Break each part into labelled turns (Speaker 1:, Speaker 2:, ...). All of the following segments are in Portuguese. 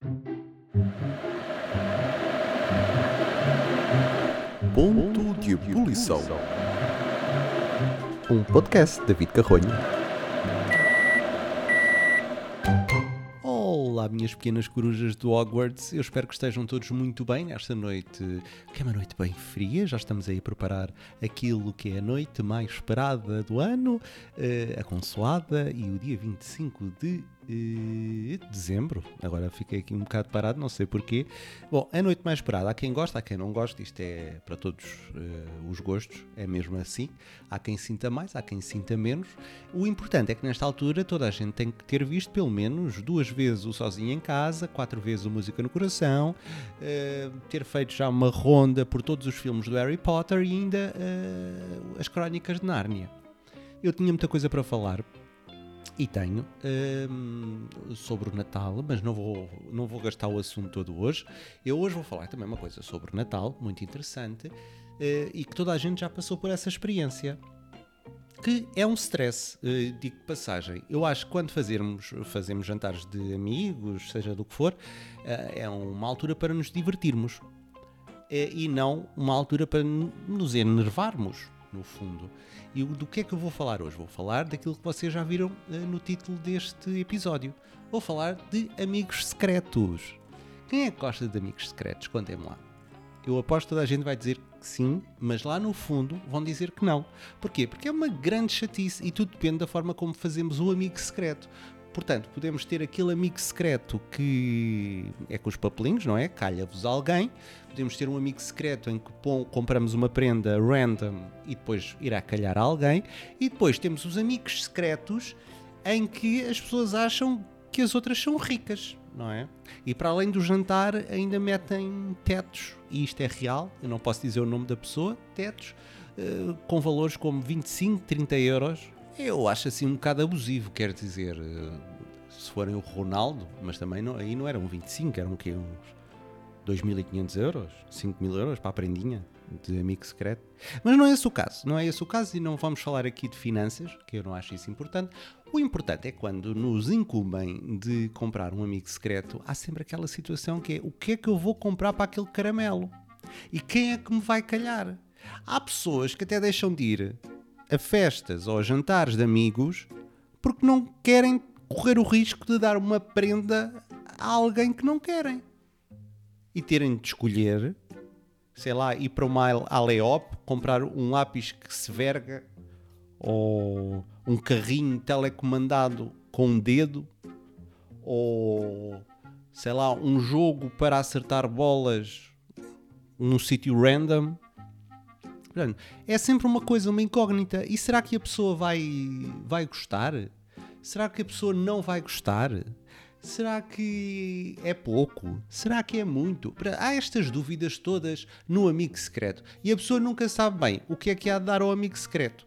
Speaker 1: Ponto de Ebulição. Um podcast de David Carronho. Olá, minhas pequenas corujas do Hogwarts. Eu espero que estejam todos muito bem nesta noite, que é uma noite bem fria. Já estamos aí a preparar aquilo que é a noite mais esperada do ano, a Consoada, e o dia 25 de dezembro. Agora fiquei aqui um bocado parado, não sei porquê. Bom, a noite mais esperada, há quem gosta, há quem não gosta, isto é para todos os gostos, é mesmo assim. Há quem sinta mais, há quem sinta menos. O importante é que nesta altura toda a gente tem que ter visto pelo menos 2 vezes o Sozinho em Casa, 4 vezes o Música no Coração, ter feito já uma ronda por todos os filmes do Harry Potter e ainda as Crónicas de Nárnia. Eu tinha muita coisa para falar. E tenho sobre o Natal, mas não vou gastar o assunto todo hoje. Eu hoje vou falar também uma coisa sobre o Natal, muito interessante, e que toda a gente já passou por essa experiência, que é um stress, digo de passagem. Eu acho que quando fazemos jantares de amigos, seja do que for, é uma altura para nos divertirmos, e não uma altura para nos enervarmos, no fundo. E do que é que eu vou falar hoje? Vou falar daquilo que vocês já viram no título deste episódio. Vou falar de amigos secretos. Quem é que gosta de amigos secretos? Contem-me lá. Eu aposto que toda a gente vai dizer que sim, mas lá no fundo vão dizer que não. Porquê? Porque é uma grande chatice e tudo depende da forma como fazemos o amigo secreto. Portanto, podemos ter aquele amigo secreto que é com os papelinhos, não é? Calha-vos alguém. Podemos ter um amigo secreto em que compramos uma prenda random e depois irá calhar a alguém. E depois temos os amigos secretos em que as pessoas acham que as outras são ricas, não é? E para além do jantar ainda metem tetos, e isto é real, eu não posso dizer o nome da pessoa, tetos com valores como 25, 30 euros. Eu acho assim um bocado abusivo, quer dizer, se forem o Ronaldo, mas também não, aí não eram 25, eram o quê? Uns 2.500 euros, 5.000 euros para a prendinha de amigo secreto. Mas não é esse o caso e não vamos falar aqui de finanças, que eu não acho isso importante. O importante é quando nos incumbem de comprar um amigo secreto, há sempre aquela situação que é: o que é que eu vou comprar para aquele caramelo? E quem é que me vai calhar? Há pessoas que até deixam de ir a festas ou a jantares de amigos porque não querem correr o risco de dar uma prenda a alguém que não querem. E terem de escolher, sei lá, ir para uma Aleop, comprar um lápis que se verga ou um carrinho telecomandado com um dedo ou, sei lá, um jogo para acertar bolas num sítio random. Portanto, é sempre uma coisa, uma incógnita. E será que a pessoa vai gostar? Será que a pessoa não vai gostar? Será que é pouco? Será que é muito? Há estas dúvidas todas no amigo secreto. E a pessoa nunca sabe bem o que é que há de dar ao amigo secreto.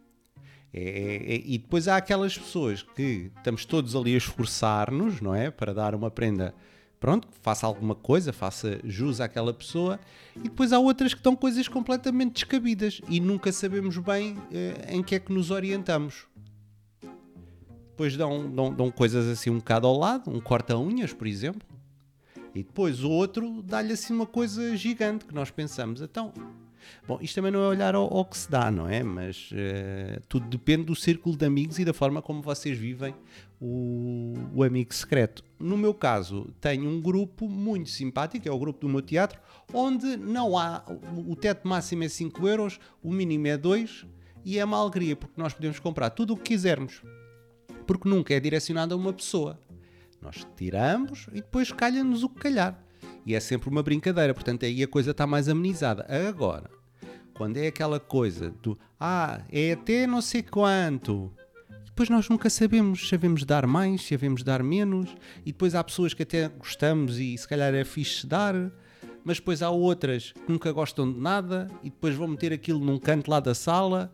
Speaker 1: E depois há aquelas pessoas que estamos todos ali a esforçar-nos, não é? Para dar uma prenda, pronto, faça alguma coisa, faça jus àquela pessoa. E depois há outras que dão coisas completamente descabidas e nunca sabemos bem em que é que nos orientamos. Depois dão coisas assim um bocado ao lado, um corta-unhas, por exemplo. E depois o outro dá-lhe assim uma coisa gigante que nós pensamos, então... Bom, isto também não é olhar ao que se dá, não é? Mas tudo depende do círculo de amigos e da forma como vocês vivem o amigo secreto. No meu caso, tenho um grupo muito simpático, é o grupo do meu teatro, onde não há... O teto máximo é 5 euros, o mínimo é 2, e é uma alegria, porque nós podemos comprar tudo o que quisermos. Porque nunca é direcionado a uma pessoa. Nós tiramos e depois calha-nos o que calhar. E é sempre uma brincadeira, portanto aí a coisa está mais amenizada. Agora, quando é aquela coisa do é até não sei quanto, depois nós nunca sabemos dar mais, sabemos dar menos, e depois há pessoas que até gostamos e se calhar é fixe dar, mas depois há outras que nunca gostam de nada e depois vão meter aquilo num canto lá da sala.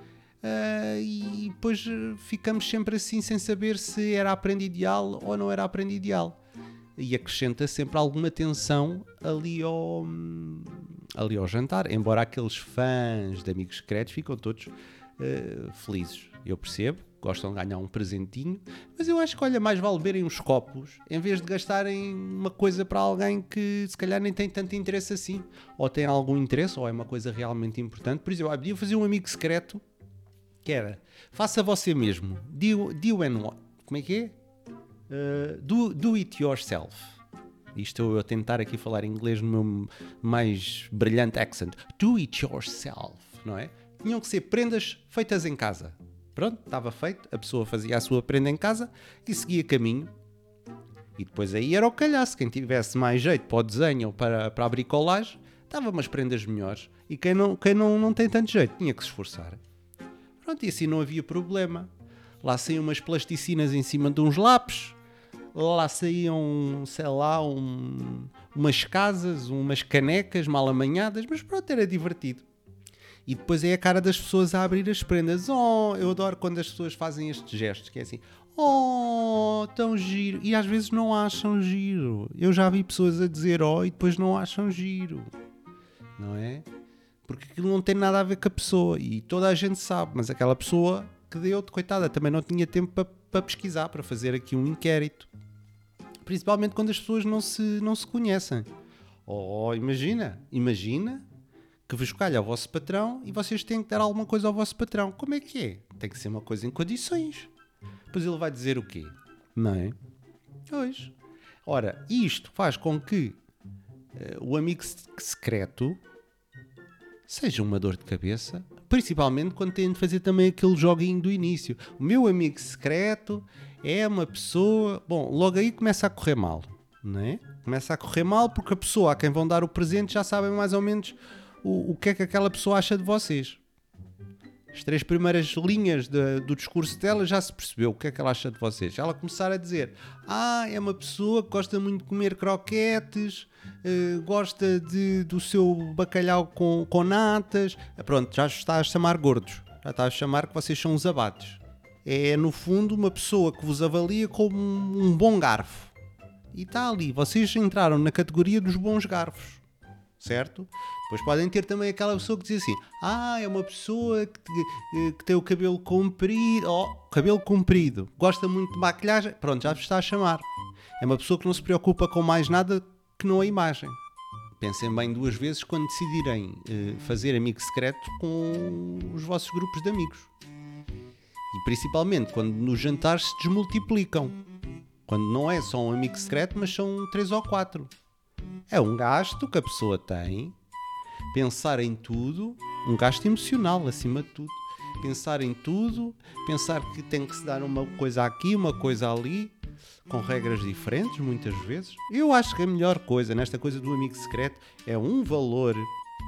Speaker 1: E depois ficamos sempre assim sem saber se era a prenda ideal ou não era a prenda ideal. E acrescenta sempre alguma tensão ali ao jantar, embora aqueles fãs de amigos secretos ficam todos felizes. Eu percebo, gostam de ganhar um presentinho, mas eu acho que, olha, mais vale verem uns copos em vez de gastarem uma coisa para alguém que se calhar nem tem tanto interesse assim, ou tem algum interesse, ou é uma coisa realmente importante. Por exemplo, eu podia fazer um amigo secreto que era, faça você mesmo, do and what, como é que é? Do it yourself. Estou eu a tentar aqui falar inglês no meu mais brilhante accent. Do it yourself, não é? Tinham que ser prendas feitas em casa. Pronto, estava feito, a pessoa fazia a sua prenda em casa e seguia caminho. E depois aí era o calhaço, quem tivesse mais jeito para o desenho ou para a bricolagem, dava umas prendas melhores. E quem não tem tanto jeito, tinha que se esforçar. Pronto, e assim não havia problema. Lá saíam umas plasticinas em cima de uns lápis, lá saíam, sei lá, umas casas, umas canecas mal amanhadas, mas pronto, era divertido. E depois é a cara das pessoas a abrir as prendas. Oh, eu adoro quando as pessoas fazem estes gestos, que é assim, oh, tão giro. E às vezes não acham giro. Eu já vi pessoas a dizer oh e depois não acham giro. Não é? Porque aquilo não tem nada a ver com a pessoa. E toda a gente sabe, mas aquela pessoa que deu, coitada, também não tinha tempo para pesquisar, para fazer aqui um inquérito. Principalmente quando as pessoas não se conhecem. Oh, imagina que vos calha ao vosso patrão e vocês têm que dar alguma coisa ao vosso patrão. Como é que é? Tem que ser uma coisa em condições. Depois ele vai dizer o quê? Não é? Pois. Ora, isto faz com que o amigo secreto seja uma dor de cabeça, principalmente quando tem de fazer também aquele joguinho do início. O meu amigo secreto é uma pessoa... Bom, logo aí começa a correr mal, não é? Começa a correr mal porque a pessoa a quem vão dar o presente já sabem mais ou menos o que é que aquela pessoa acha de vocês. As 3 primeiras linhas do discurso dela já se percebeu o que é que ela acha de vocês. Se ela começar a dizer, é uma pessoa que gosta muito de comer croquetes, gosta do seu bacalhau com natas, pronto, já está a chamar gordos, já está a chamar que vocês são uns abates. É no fundo uma pessoa que vos avalia como um bom garfo. E está ali, vocês entraram na categoria dos bons garfos, certo? Depois podem ter também aquela pessoa que diz assim, é uma pessoa que tem o cabelo comprido, gosta muito de maquilhagem, pronto, já vos está a chamar. É uma pessoa que não se preocupa com mais nada que não a imagem. Pensem bem 2 vezes quando decidirem fazer amigo secreto com os vossos grupos de amigos. E principalmente quando nos jantares se desmultiplicam. Quando não é só um amigo secreto, mas são 3 ou 4. É um gasto que a pessoa tem. Pensar em tudo, um gasto emocional acima de tudo. Pensar em tudo, pensar que tem que se dar uma coisa aqui, uma coisa ali, com regras diferentes muitas vezes. Eu acho que a melhor coisa nesta coisa do amigo secreto é um valor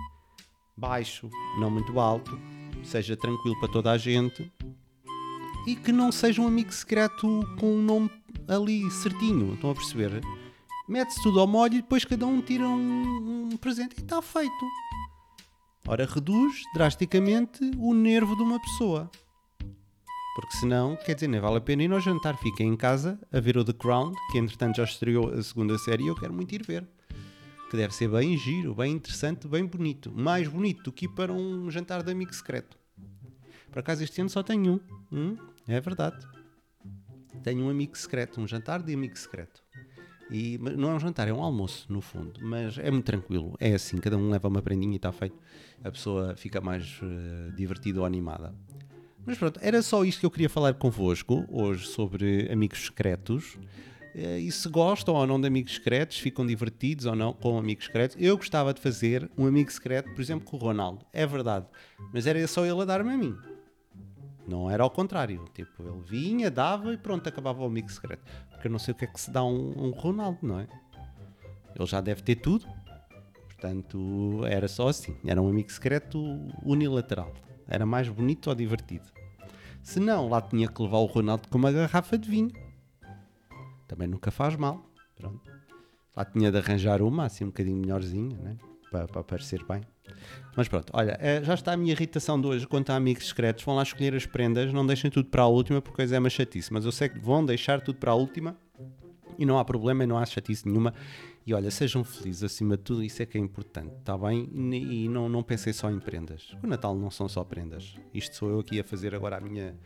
Speaker 1: baixo, não muito alto, seja tranquilo para toda a gente e que não seja um amigo secreto com um nome ali certinho, estão a perceber? Mete-se tudo ao molho e depois cada um tira um presente e está feito. Ora, reduz drasticamente o nervo de uma pessoa. Porque senão, quer dizer, nem vale a pena ir ao jantar. Fiquem em casa a ver o The Crown, que entretanto já estreou a 2ª série e eu quero muito ir ver. Que deve ser bem giro, bem interessante, bem bonito. Mais bonito do que ir para um jantar de amigo secreto. Por acaso este ano só tenho um. É verdade. Tenho um amigo secreto, um jantar de amigo secreto. E não é um jantar, é um almoço, no fundo. Mas é muito tranquilo. É assim, cada um leva uma prendinha e está feito. A pessoa fica mais divertida ou animada. Mas pronto, era só isto que eu queria falar convosco hoje sobre amigos secretos. E se gostam ou não de amigos secretos, ficam divertidos ou não com amigos secretos. Eu gostava de fazer um amigo secreto, por exemplo, com o Ronaldo. É verdade. Mas era só ele a dar-me a mim. Não era ao contrário. Tipo, ele vinha, dava e pronto, acabava o amigo secreto. Porque eu não sei o que é que se dá a um Ronaldo, não é? Ele já deve ter tudo. Portanto, era só assim. Era um amigo secreto unilateral. Era mais bonito ou divertido. Se não, lá tinha que levar o Ronaldo com uma garrafa de vinho. Também nunca faz mal. Pronto. Lá tinha de arranjar uma, assim um bocadinho melhorzinha, né? Para parecer bem. Mas pronto, olha, já está a minha irritação de hoje quanto a amigos secretos. Vão lá escolher as prendas, não deixem tudo para a última porque coisa é uma chatice. Mas eu sei que vão deixar tudo para a última e não há problema e não há chatice nenhuma. E olha, sejam felizes acima de tudo, isso é que é importante, está bem? E não pensem só em prendas. O Natal não são só prendas. Isto sou eu aqui a fazer agora a minha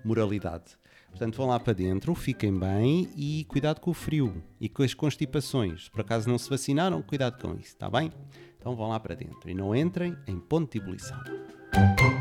Speaker 1: moralidade. Portanto, vão lá para dentro, fiquem bem e cuidado com o frio e com as constipações. Se por acaso não se vacinaram, cuidado com isso, está bem? Então vão lá para dentro e não entrem em ponto de ebulição.